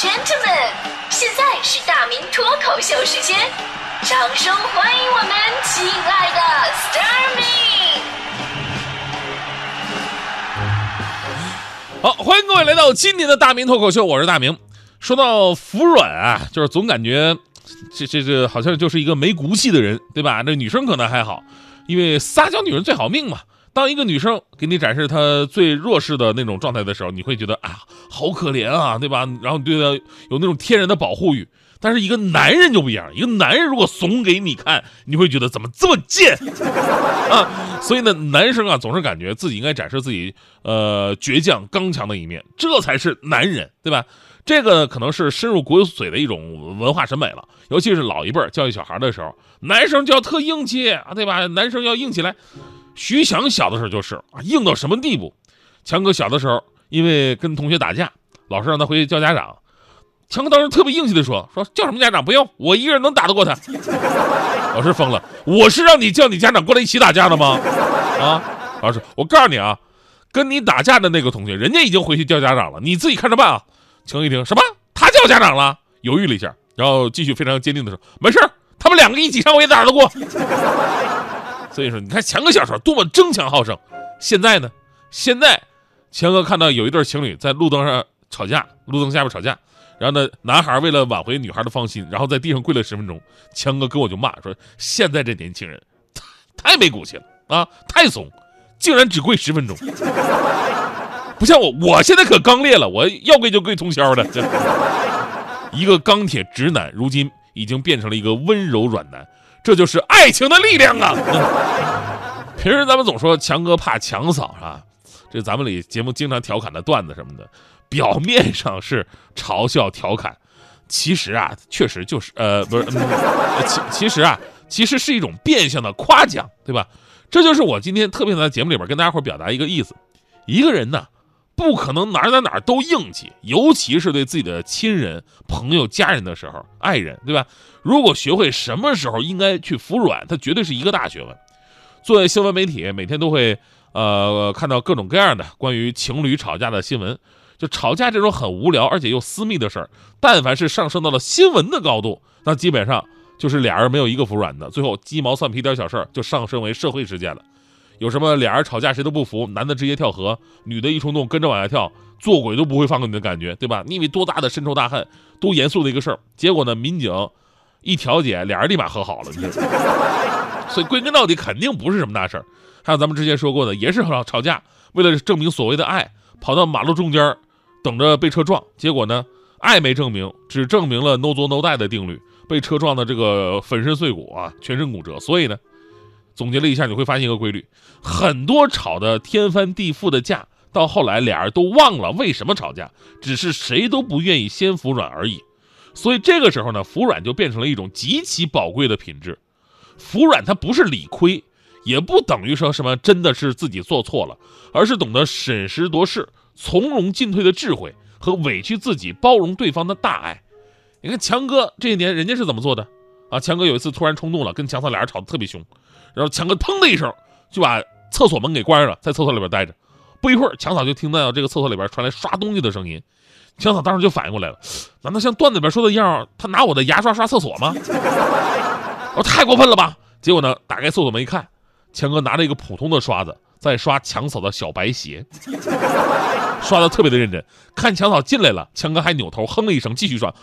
gentlemen， 现在是大明脱口秀时间，掌声欢迎我们亲爱的 Starmin。 好，欢迎各位来到今年的大明脱口秀，我是大明。说到服软啊，就是总感觉这好像就是一个没骨气的人，对吧？这女生可能还好，因为撒娇女人最好命嘛。当一个女生给你展示她最弱势的那种状态的时候，你会觉得啊，好可怜啊，对吧？然后对她有那种天然的保护欲。但是一个男人就不一样，一个男人如果怂给你看，你会觉得怎么这么贱啊？所以呢，男生啊总是感觉自己应该展示自己倔强刚强的一面，这才是男人，对吧？这个可能是深入骨髓的一种文化审美了，尤其是老一辈教育小孩的时候，男生就要特硬气啊，对吧？男生要硬起来。徐翔小的时候就是啊，硬到什么地步？强哥小的时候因为跟同学打架，老师让他回去叫家长。强哥当时特别硬气的说叫什么家长不用，我一个人能打得过他。老师疯了，我是让你叫你家长过来一起打架的吗？啊，老师，我告诉你啊，跟你打架的那个同学，人家已经回去叫家长了，你自己看着办啊。强哥一听，什么？他叫家长了？犹豫了一下，然后继续非常坚定的说，没事，他们两个一起上我也打得过。所以说，你看强哥小时候多么争强好胜。现在呢？现在强哥看到有一对情侣在路灯上吵架，路灯下面吵架，然后呢，男孩为了挽回女孩的芳心，然后在地上跪了10分钟。强哥跟我就骂说，现在这年轻人太没骨气了啊，太怂，竟然只跪10分钟。不像我现在可刚烈了，我要跪就跪通宵的。一个钢铁直男，如今已经变成了一个温柔软男。这就是爱情的力量啊！平时咱们总说强哥怕强嫂是吧？这咱们里节目经常调侃的段子什么的，表面上是嘲笑调侃，其实啊，确实就是其实是一种变相的夸奖，对吧？这就是我今天特别在节目里边跟大家伙表达一个意思：一个人呢，不可能哪儿都硬气，尤其是对自己的亲人、朋友、家人的时候，爱人，对吧？如果学会什么时候应该去服软，它绝对是一个大学问。作为新闻媒体，每天都会看到各种各样的关于情侣吵架的新闻。就吵架这种很无聊而且又私密的事儿，但凡是上升到了新闻的高度，那基本上就是俩人没有一个服软的，最后鸡毛蒜皮点小事儿就上升为社会事件了。有什么俩人吵架谁都不服，男的直接跳河，女的一冲动跟着往下跳，做鬼都不会放过你的感觉，对吧？你以为多大的深仇大恨，多严肃的一个事儿，结果呢，民警一调解，俩人立马和好了。所以归根到底肯定不是什么大事儿。还有咱们之前说过的，也是吵架，为了证明所谓的爱，跑到马路中间等着被车撞，结果呢，爱没证明，只证明了 no 作 no die 的定律，被车撞的这个粉身碎骨啊，全身骨折。所以呢，总结了一下，你会发现一个规律，很多吵得天翻地覆的架，到后来俩人都忘了为什么吵架，只是谁都不愿意先服软而已。所以这个时候呢，服软就变成了一种极其宝贵的品质。服软它不是理亏，也不等于说什么真的是自己做错了，而是懂得审时度势、从容进退的智慧和委屈自己、包容对方的大爱。你看强哥这一年人家是怎么做的啊？强哥有一次突然冲动了，跟强嫂俩人吵得特别凶，然后强哥砰的一声就把厕所门给关上了，在厕所里边待着。不一会儿，强嫂就听到这个厕所里边传来刷东西的声音。强嫂当时就反应过来了，难道像段子里边说的一样，他拿我的牙刷刷厕所吗？太过分了吧！结果呢，打开厕所门一看，强哥拿着一个普通的刷子在刷强嫂的小白鞋，刷得特别的认真。看强嫂进来了，强哥还扭头哼了一声，继续刷。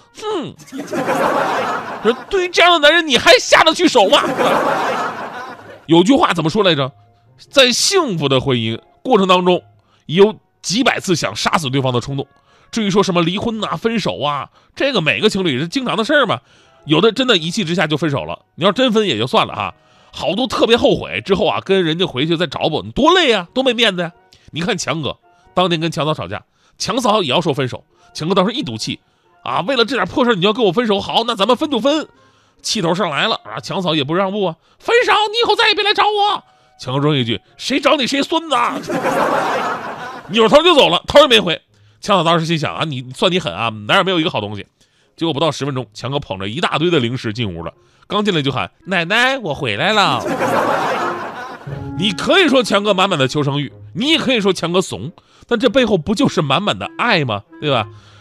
说对于这样的男人，你还下得去手吗？有句话怎么说来着？在幸福的婚姻过程当中，有几百次想杀死对方的冲动。至于说什么离婚啊、分手啊，这个每个情侣是经常的事儿嘛。有的真的一气之下就分手了，你要真分也就算了哈，好多特别后悔之后啊，跟人家回去再找补，你多累啊，多没面子呀。你看强哥当年跟强嫂吵架，强嫂也要说分手，强哥当时一赌气啊，为了这点破事你要跟我分手，好，那咱们分就分。气头上来了啊，强嫂也不让步啊，分手，你以后再也别来找我。强哥说一句，谁找你谁孙子啊。扭头就走了，头也没回。强嫂当时心想啊，你算你狠啊，哪儿没有一个好东西。结果不到10分钟，强哥捧着一大堆的零食进屋了，刚进来就喊奶奶我回来了。你可以说强哥满满的求生欲，你也可以说强哥怂，但这背后不就是满满的爱吗？对吧？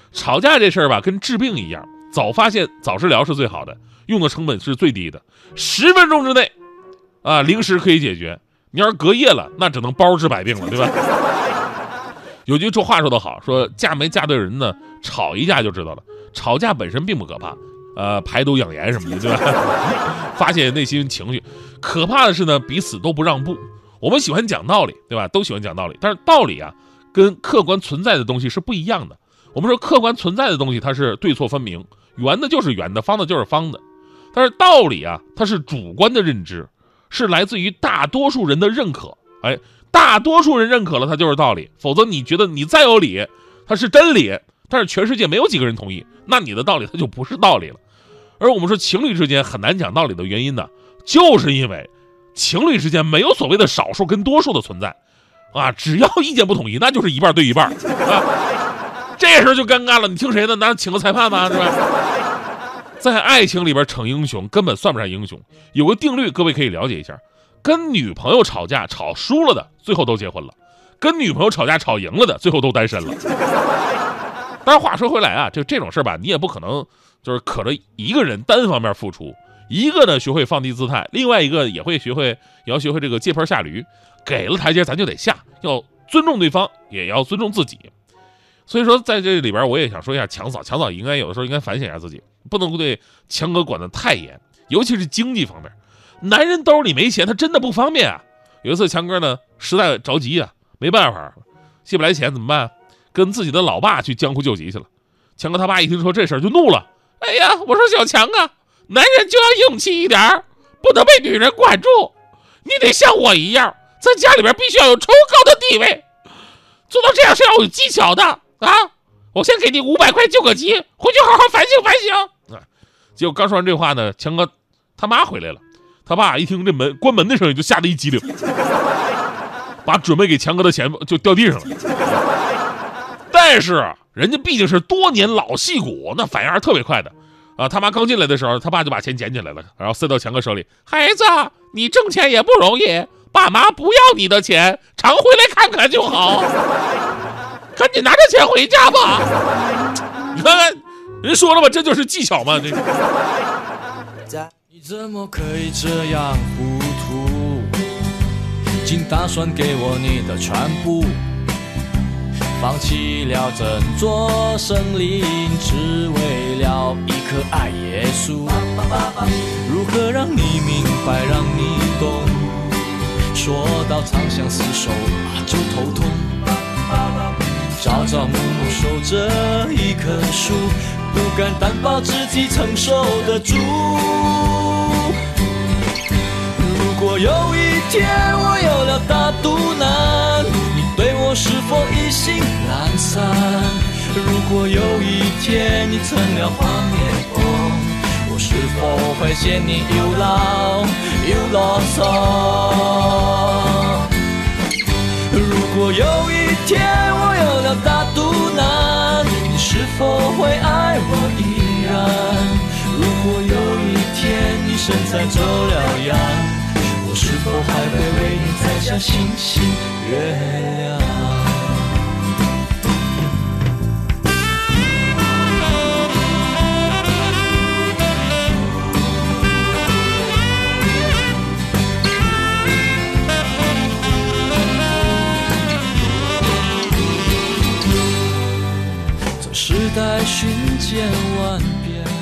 吵架这事儿吧，跟治病一样，早发现早治疗是最好的，用的成本是最低的，10分钟之内，零食可以解决。你要是隔夜了，那只能包治百病了，对吧？有句话说得好，说嫁没嫁对人呢，吵一架就知道了。吵架本身并不可怕，排毒养颜什么的，对吧？发泄内心情绪。可怕的是呢，彼此都不让步。我们喜欢讲道理，对吧？都喜欢讲道理，但是道理啊，跟客观存在的东西是不一样的。我们说客观存在的东西，它是对错分明，圆的就是圆的，方的就是方的。但是道理啊，它是主观的认知，是来自于大多数人的认可。大多数人认可了，它就是道理。否则你觉得你再有理，它是真理，但是全世界没有几个人同意，那你的道理它就不是道理了。而我们说情侣之间很难讲道理的原因呢，就是因为情侣之间没有所谓的少数跟多数的存在只要意见不统一，那就是一半对一半这时候就尴尬了，你听谁的？难道请个裁判吗？是吧？在爱情里边逞英雄根本算不上英雄。有个定律，各位可以了解一下：跟女朋友吵架吵输了的，最后都结婚了；跟女朋友吵架吵赢了的，最后都单身了。当然话说回来啊，这种事吧，你也不可能就是可着一个人单方面付出。一个呢学会放低姿态，另外一个也要学会这个借坡下驴，给了台阶咱就得下，要尊重对方，也要尊重自己。所以说在这里边我也想说一下强嫂应该有的时候应该反省一下自己，不能对强哥管得太严，尤其是经济方面。男人兜里没钱，他真的不方便啊。有一次强哥呢实在着急啊，没办法，借不来钱怎么办？跟自己的老爸去江湖救急去了。强哥他爸一听说这事儿就怒了，哎呀，我说小强啊，男人就要硬气一点，不能被女人管住，你得像我一样，在家里边必须要有崇高的地位，做到这样是要有技巧的我先给你500块救个急，回去好好反省反省结果刚说完这话呢，强哥他妈回来了，他爸一听这关门的声音就吓得一激灵，把准备给强哥的钱就掉地上了。但是人家毕竟是多年老戏骨，那反应还是特别快的他妈刚进来的时候，他爸就把钱捡起来了，然后塞到强哥手里。孩子，你挣钱也不容易，爸妈不要你的钱，常回来看看就好，赶紧拿着钱回家吧。你看看，人说了吧，这就是技巧嘛。 你怎么可以这样糊涂？竟打算给我你的全部，放弃了整座森林，只为了一颗爱耶稣。如何让你明白，让你懂？说到长相厮守就头痛。朝朝暮暮守着一棵树，不敢担保自己承受得住。如果有一天我有了大肚腩，你对我是否意兴阑珊？如果有一天你成了花面婆，我是否会嫌你又老又啰嗦？如果有一天我有了大肚腩，你是否会爱我依然？如果有一天你身材走了样，我是否还会为你摘下星星月亮？这时代瞬间万变，